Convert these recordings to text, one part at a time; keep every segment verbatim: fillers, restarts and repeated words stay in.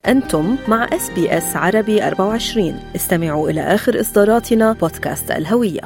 أنتم مع إس بي إس عربي أربعة وعشرين. استمعوا إلى آخر إصداراتنا بودكاست الهوية.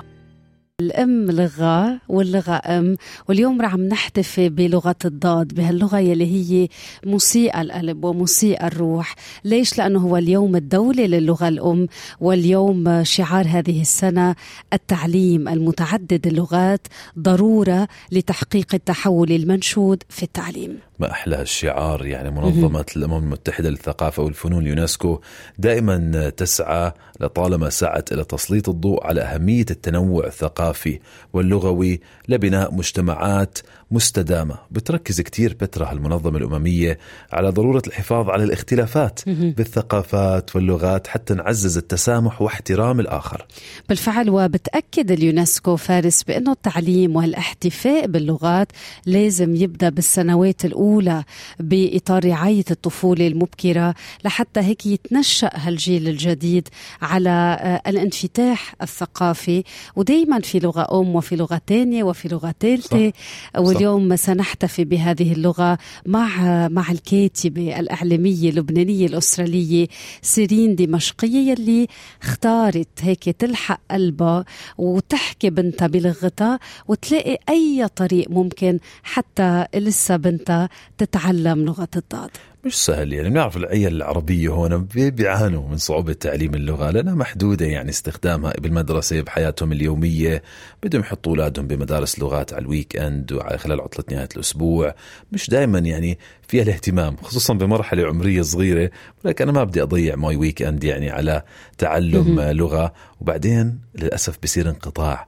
الأم لغة واللغة أم، واليوم رح نحتفي بلغة الضاد، بهاللغة يلي هي موسيقى القلب وموسيقى الروح. ليش؟ لأنه هو اليوم الدولي للغة الأم، واليوم شعار هذه السنة التعليم المتعدد اللغات ضرورة لتحقيق التحول المنشود في التعليم. ما أحلى الشعار. يعني منظمة الأمم المتحدة للثقافة والفنون يونسكو دائما تسعى لطالما سعت إلى تسليط الضوء على أهمية التنوع الثقافي واللغوي لبناء مجتمعات مستدامة. بتركز كتير بترة المنظمة الأممية على ضرورة الحفاظ على الاختلافات بالثقافات واللغات حتى نعزز التسامح واحترام الآخر. بالفعل، وبتأكد اليونسكو فارس بأنه التعليم والاحتفاء باللغات لازم يبدأ بالسنوات الأولى بإطار رعاية الطفولة المبكرة، لحتى هيك يتنشأ هالجيل الجديد على الانفتاح الثقافي، ودايما في لغة أم وفي لغة تانية وفي لغة ثالثة. واليوم سنحتفي بهذه اللغة مع مع الكاتبة الإعلامية اللبنانية الأسترالية سيرين دمشقية، يلي اختارت هيك تلحق قلبها وتحكي بنتها بلغتها وتلاقي أي طريق ممكن حتى لسه بنتها تتعلم لغة الضاد. مش سهل. يعني نعرف العيال العربية هون بيعانوا من صعوبة تعليم اللغة لأنها محدودة، يعني استخدامها بالمدرسة بحياتهم اليومية. بدهم يحطوا أولادهم بمدارس لغات على الويك أند وعلى خلال عطلة نهاية الأسبوع. مش دائما يعني فيها الاهتمام، خصوصا بمرحلة عمرية صغيرة. ولكن أنا ما بدي أضيع ماي ويك أند يعني على تعلم لغة، وبعدين للأسف بصير انقطاع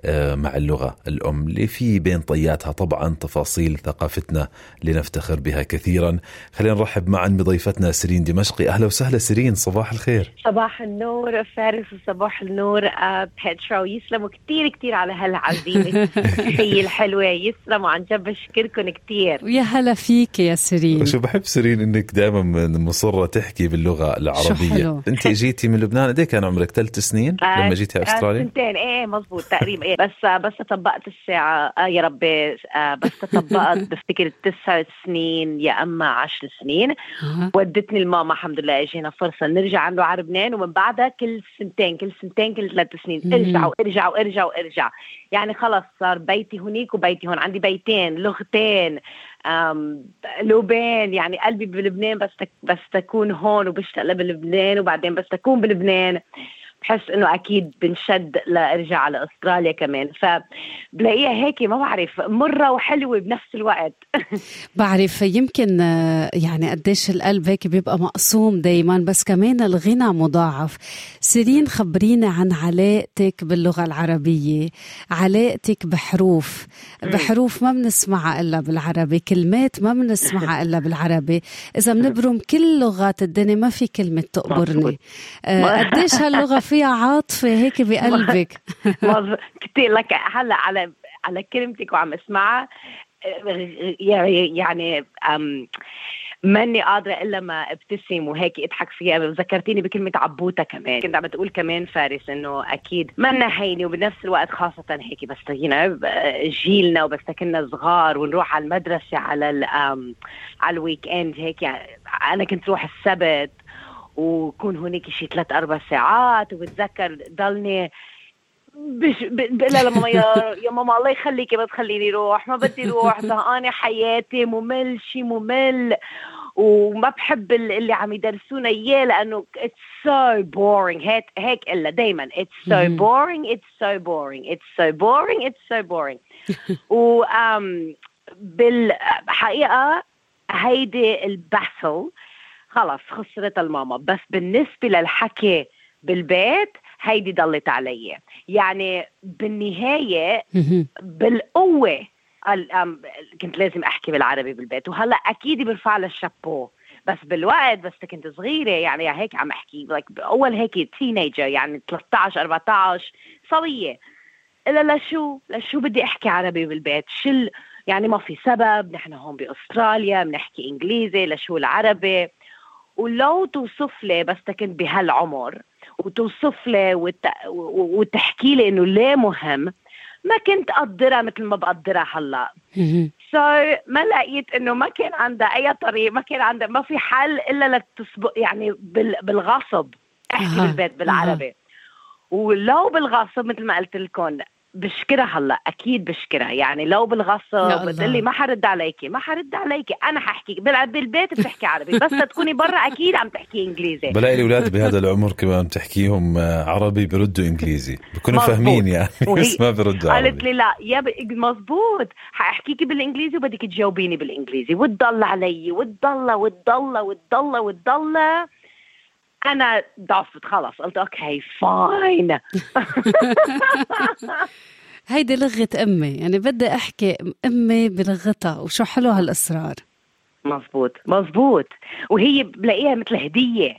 مع اللغة الأم اللي في بين طياتها طبعا تفاصيل ثقافتنا لنفتخر بها كثيرا. خلينا نرحب معا بضيفتنا سيرين دمشقي. أهلا وسهلا سيرين، صباح الخير. صباح النور فارس وصباح النور آه بيترا، ويسلموا كتير كتير على هالعزيمة هي الحلوة. يسلموا عن جنب، بشكركم كتير. ويا هلا فيك يا سيرين. شو بحب سيرين إنك دائما مصرة تحكي باللغة العربية. أنت جيتي من لبنان قد إيه كان عمرك؟ ثلاث سنين آه لما جيتي أستراليا؟ سنتين. إيه مزبوط تقريبا. بس بس طبقت الساعة آه يا ربي آه بس طبقت بفتكر تسع سنين يا أما عشر سنين. ودتني الماما الحمد لله، اجينا فرصة نرجع عنده عربنان، ومن بعدها كل سنتين كل سنتين كل ثلاث سنين ارجع وارجع وارجع وارجع. يعني خلص صار بيتي هنيك وبيتي هون، عندي بيتين، لغتين، لبنان. يعني قلبي بلبنان بس تك بس تكون هون، وبشتاق لبنان، وبعدين بس تكون بلبنان بحس انه اكيد بنشد لارجع على استراليا كمان. فبلاقيها هيك ما بعرف مرة وحلوة بنفس الوقت. بعرف يمكن يعني قديش القلب هيك بيبقى مقسوم دايما، بس كمان الغنى مضاعف. سيرين، خبرينا عن علاقتك باللغة العربية، علاقتك بحروف بحروف ما بنسمعها إلا بالعربي، كلمات ما بنسمعها إلا بالعربي. إذا بنبرم كل لغات الدنيا ما في كلمة تقبرني. قديش هاللغة فيها عاطفة هيك بقلبك. كتير لك هلا على على كلمتك وعم اسمعها. يعني ماني قادرة إلا ما ابتسم وهيك اضحك فيها. ذكرتيني بكلمة عبوتة كمان، كنت عم بتقول كمان فارس إنه أكيد منا هيني، وبنفس الوقت خاصة هيك بس هنا جيلنا وبس كنا صغار ونروح على المدرسة على ال على الويك إند هيك. يعني أنا كنت روح السبت وكون هناك شي ثلاث أربع ساعات، وبتذكر ضلني بش ب... ب... لا لا ماما يا... يا ماما الله يخليكي ما تخليني روح، ما بدي روح، زهقانة حياتي، ممل شي ممل، وما بحب اللي عم يدرسونا إياه لأنه it's so boring. هيك هيك إلا دايما it's so boring it's so boring it's so boring it's so boring. و um, بالحقيقة هيدي الباسل خلاص خسرت الماما، بس بالنسبة للحكي بالبيت هيدي ضلت علي. يعني بالنهاية بالقوة كنت لازم أحكي بالعربي بالبيت، وهلأ أكيد برفع لها الشابو. بس بالوقت بس كنت صغيرة يعني هيك عم أحكي like أول هيك تينيجر يعني ثلاثة عشر أربعة عشر صبية، إلا لشو لشو بدي أحكي عربي بالبيت؟ شل يعني ما في سبب، نحن هون بأستراليا بنحكي إنجليزي، لشو العربي؟ ولو توصف لي بس كنت بهالعمر وتوصف لي وت... وتحكي لي إنه ليه مهم، ما كنت أقدرها مثل ما بقدرها هلا. so ما لقيت إنه ما كان عندها أي طريق، ما كان عندها ما في حل إلا لتسبق يعني بالغصب أحكي بالبيت بالعربي. ولو بالغصب مثل ما قلت لكم بشكرها هلا، اكيد بشكرها. يعني لو بالغصب بتقلي ما حرد عليكي ما حرد عليكي انا ححكي بالبيت بتحكي عربي، بس تكوني برا اكيد عم تحكي انجليزي. بلاقي الاولاد بهذا العمر كمان تحكيهم عربي بيردوا انجليزي، بكونوا فاهمين يعني بس ما بيردوا عربي. قالت لي لا يا مزبوط حاحكيكي بالانجليزي وبدك تجاوبيني بالانجليزي، وتضل علي وتضل وتضل وتضل وتضل. أنا ضعفت خلاص، قلت أوكي فاين. هيدي لغة أمي، يعني بدي أحكي أمي بلغتها، وشو حلو هالإصرار. مزبوط مزبوط. وهي بلاقيها مثل هدية،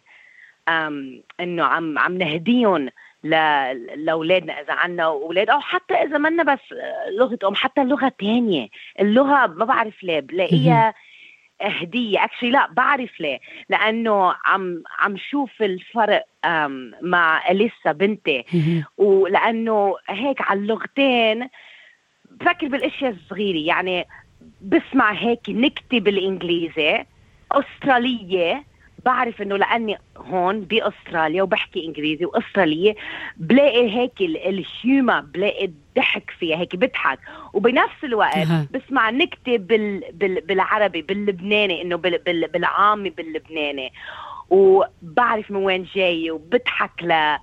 إنه عم عم نهديهم لأولادنا إذا عنا أولاد، أو حتى إذا منا بس لغة أم، حتى اللغة تانية. اللغة ما بعرف ليه بلاقيها هدية اكشلي، لا بعرف ليه، لانه عم عم شوف الفرق مع أليسا بنتي، ولانه هيك على اللغتين بفكر بالاشياء الصغيرة. يعني بسمع هيك نكتة بالانجليزي استرالية، بعرف انه لاني هون باستراليا وبحكي انجليزي واسترالية، بلاقي هيك الهيوما، بلاقي الضحك فيها هيك بضحك. وبنفس الوقت بسمع نكتة بال بال بالعربي باللبناني، انه بال بال بالعامي باللبناني، وبعرف من وين جاي وبضحك له.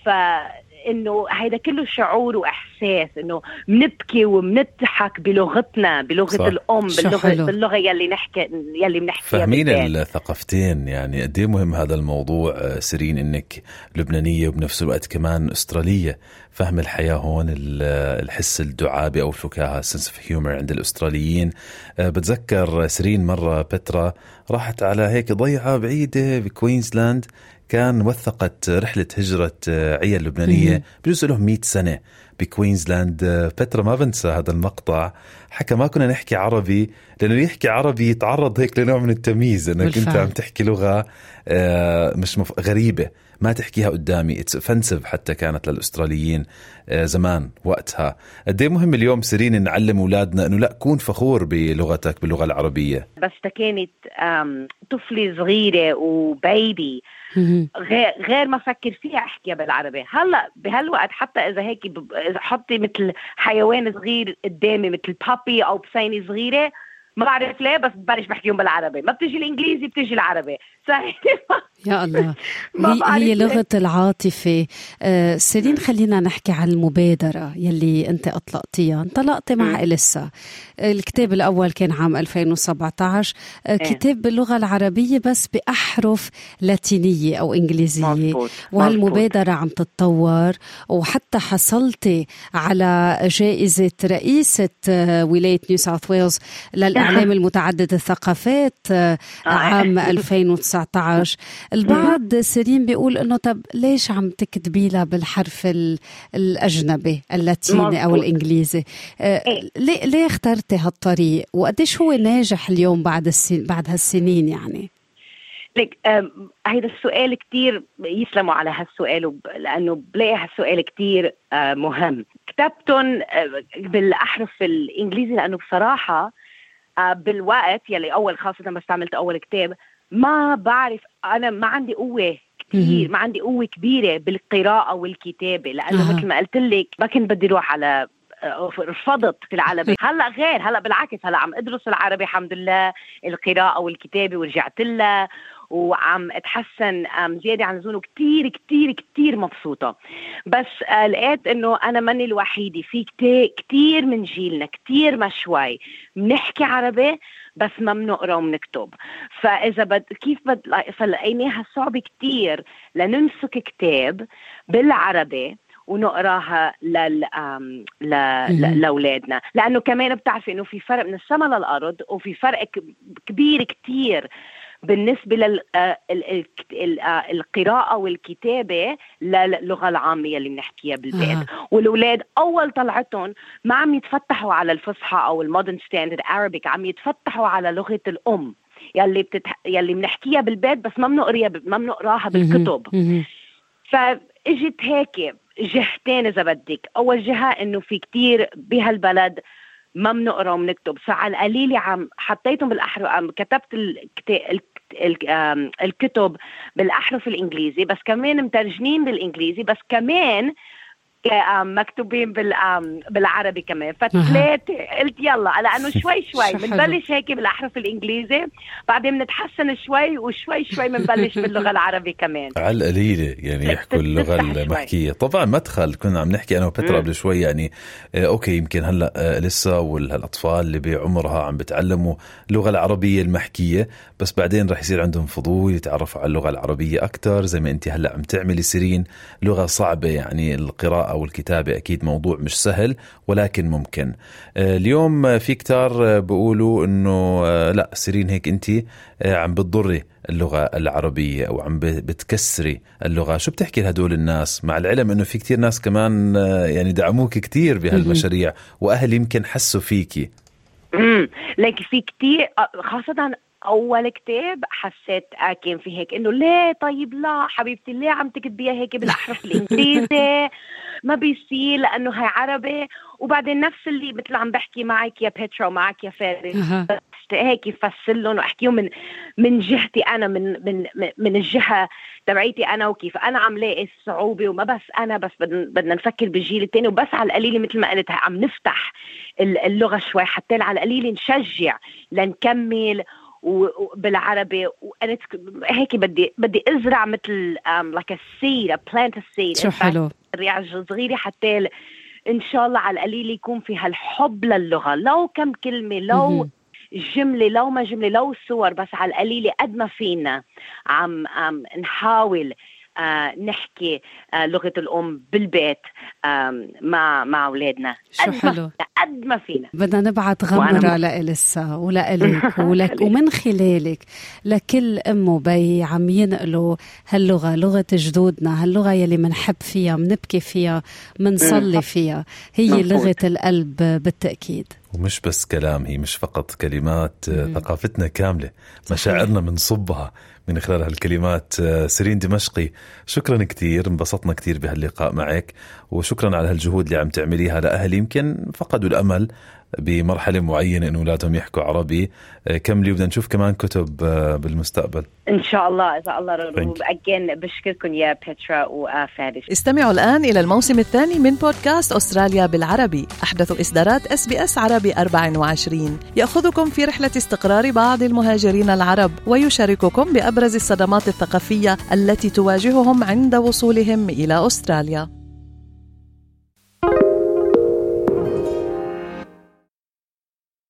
فإنه هيدا كله شعور وإحساس، إنه منبكي ومنضحك بلغتنا، بلغة صح. الأم، باللغة باللغة يلي نحكي يلي بنحكيها. فاهمين الثقافتين. يعني قد ايه مهم هذا الموضوع سيرين، إنك لبنانية وبنفس الوقت كمان أسترالية. فهم الحياة هون، الحس الدعابي أو الفكاهة sense of humor عند الأستراليين. بتذكر سيرين مرة بترا راحت على هيك ضيعة بعيدة بكوينزلاند، كان وثقت رحلة هجرة عيال لبنانية بجوز لهم مئة سنة بكوينزلاند. بترا ما بنسى هذا المقطع، حكى ما كنا نحكي عربي لأنه يحكي عربي يتعرض هيك لنوع من التمييز، أنك أنت عم تحكي لغة مش مف... غريبة ما تحكيها قدامي. it's offensive حتى كانت للأستراليين زمان وقتها. قد ايه مهم اليوم سيرين نعلم أولادنا أنه لا، كون فخور بلغتك باللغة العربية. بس كانت طفلة صغيرة وبيبي، غير غير ما فكر فيها احكيها بالعربي. هلا بهالوقت حتى اذا هيك اذا حطي مثل حيوان صغير قدامي مثل بابي او بسينه صغيره، ما بعرف ليه بس ببلش بحكيهم بالعربي، ما بتجي الانجليزي بتجي العربي. يا الله. هي, هي لغة العاطفة. آه سيرين، خلينا نحكي عن المبادرة يلي انت اطلقتيها. انطلقتي مع إليسا، الكتاب الاول كان عام ألفين وسبعة عشر، آه كتاب باللغة العربية بس بأحرف لاتينية او انجليزية. مزبوط. وهالمبادرة عم تتطور، وحتى حصلتي على جائزة رئيسة ولاية نيو ساوث ويلز للإعلام المتعدد الثقافات عام ألفين وتسعة عشر. البعض سيرين بيقول انه طب ليش عم تكتبي لها بالحرف الأجنبي اللاتيني او الانجليزي؟ ليه ليه اخترتي هالطريق، وقديش هو ناجح اليوم بعد السن بعد هالسنين؟ يعني لك هيدا السؤال كتير يسلموا على هالسؤال، لأنه بلاقي هالسؤال كتير مهم. كتبتن بالأحرف الإنجليزي لأنه بصراحة بالوقت يلي أول خاصة ما استعملت أول كتاب ما بعرف، أنا ما عندي قوة كتير، ما عندي قوة كبيرة بالقراءة والكتابة، لأنه آه. مثل ما قلت لك ما كنت بدي روح على رفضت في العربي. هلا غير، هلا بالعكس، هلا عم ادرس العربي الحمد لله، القراءة والكتابة، ورجعت لها وعم اتحسن زيادة عن اللزوم، كتير كتير كتير مبسوطة. بس لقيت انه انا ماني الوحيدة، في كتير من جيلنا كتير ما شوي بنحكي عربي بس ما بنقرا وبنكتب. فاذا بد كيف بد فلقيناها صعب كتير لنمسك كتاب بالعربي ونقراها لل ل لاولادنا، لانه كمان بتعرفي انه في فرق من السماء للارض، وفي فرق كبير كتير بالنسبة للقراءة والكتابة للغة العامية اللي بنحكيها بالبيت. آه. والأولاد أول طلعتهم ما عم يتفتحوا على الفصحى أو المودرن ستاندرد عربيك، عم يتفتحوا على لغة الأم يلي بتتح... يلي بنحكيها بالبيت بس ما بنقراها ما بنقراها بالكتب. فاجت هيك جهتين إذا بدك. أول جهة إنه في كتير بهالبلد ما بنقرأ وبنكتب، فعلى القليل عم حطيتهم بالأحرف، عم كتبت الكتب بالأحرف الإنجليزي، بس كمان مترجمين بالإنجليزي، بس كمان مكتوبين بالعربي كمان. فثلاثة قلت يلا، لأنه شوي شوي بنبلش هيك بالأحرف الإنجليزي، بعدين بنتحسن شوي وشوي شوي بنبلش باللغة العربية كمان على القليلة، يعني يحكوا اللغة المحكية. طبعا مدخل كنا عم نحكي أنا وبترا قبل شوي، يعني آه أوكي يمكن هلأ آه لسه والأطفال اللي بعمرها عم بتعلموا اللغة العربية المحكية، بس بعدين رح يصير عندهم فضول يتعرفوا على اللغة العربية أكتر، زي ما أنت هلأ عم تعملي سيرين. لغة صعبة، يعني القراءة أو الكتابة أكيد موضوع مش سهل، ولكن ممكن. اليوم في كتار بيقولوا إنه لا سيرين هيك أنت عم بتضري اللغة العربية أو عم بتكسري اللغة. شو بتحكي لهدول الناس، مع العلم إنه في كتير ناس كمان يعني دعموك كتير بهالمشاريع وأهل يمكن حسوا فيكي؟ امم لكن في كتير، خاصة أول كتاب حسيت كان في هيك إنه ليه طيب لا حبيبتي ليه عم تكتبيها هيك بالأحرف الإنجليزي، ما بيصير لأنه هاي عربي. وبعدين نفس اللي مثل عم بحكي معك يا بيترا ومعك يا فارس هيك يفصل لهم وأحكيهم من من جهتي أنا، من من من الجهة تبعيتي أنا، وكيف أنا عم لاقي الصعوبة. وما بس أنا، بس بدنا نفكر بالجيل التاني، وبس على القليل مثل ما قلت عم نفتح اللغة شوي حتى على القليل نشجع لنكمل وبالعربي. وأنا هيك بدي بدي أزرع مثل like a seed, a plant a seed. شو حلو. رياض صغيرة حتى إن شاء الله على القليل يكون فيها الحب للغة، لو كم كلمة، لو جملة، لو ما جملة، لو صور، بس على القليل قد ما فينا عم, عم نحاول آه نحكي آه لغة الأم بالبيت آه مع مع أولادنا. شو حلو. قد ما فينا. بدنا نبعت غمرة لإلسا ولإلك ولك ومن خلالك لكل أم وبي عم ينقلوا هاللغة، لغة جدودنا، هاللغة يلي منحب فيها، منبكي فيها، منصلي فيها، هي لغة القلب بالتأكيد. ومش بس كلام، هي مش فقط كلمات، ثقافتنا كاملة، مشاعرنا منصبها من خلال هالكلمات. سيرين دمشقي، شكرا كتير، انبسطنا كتير بهاللقاء معك، وشكرا على هالجهود اللي عم تعمليها لأهل يمكن فقدوا الأمل بمرحلة معينة إنه أولادهم يحكوا عربي. كملي، وبدنا نشوف كمان كتب بالمستقبل إن شاء الله إذا الله رضي. أجين بشكركم يا بيترا وفارس. استمعوا الآن إلى الموسم الثاني من بودكاست أستراليا بالعربي، أحدث إصدارات إس بي إس عربي أربعة وعشرين، يأخذكم في رحلة استقرار بعض المهاجرين العرب ويشارككم بأبرز الصدمات الثقافية التي تواجههم عند وصولهم إلى أستراليا.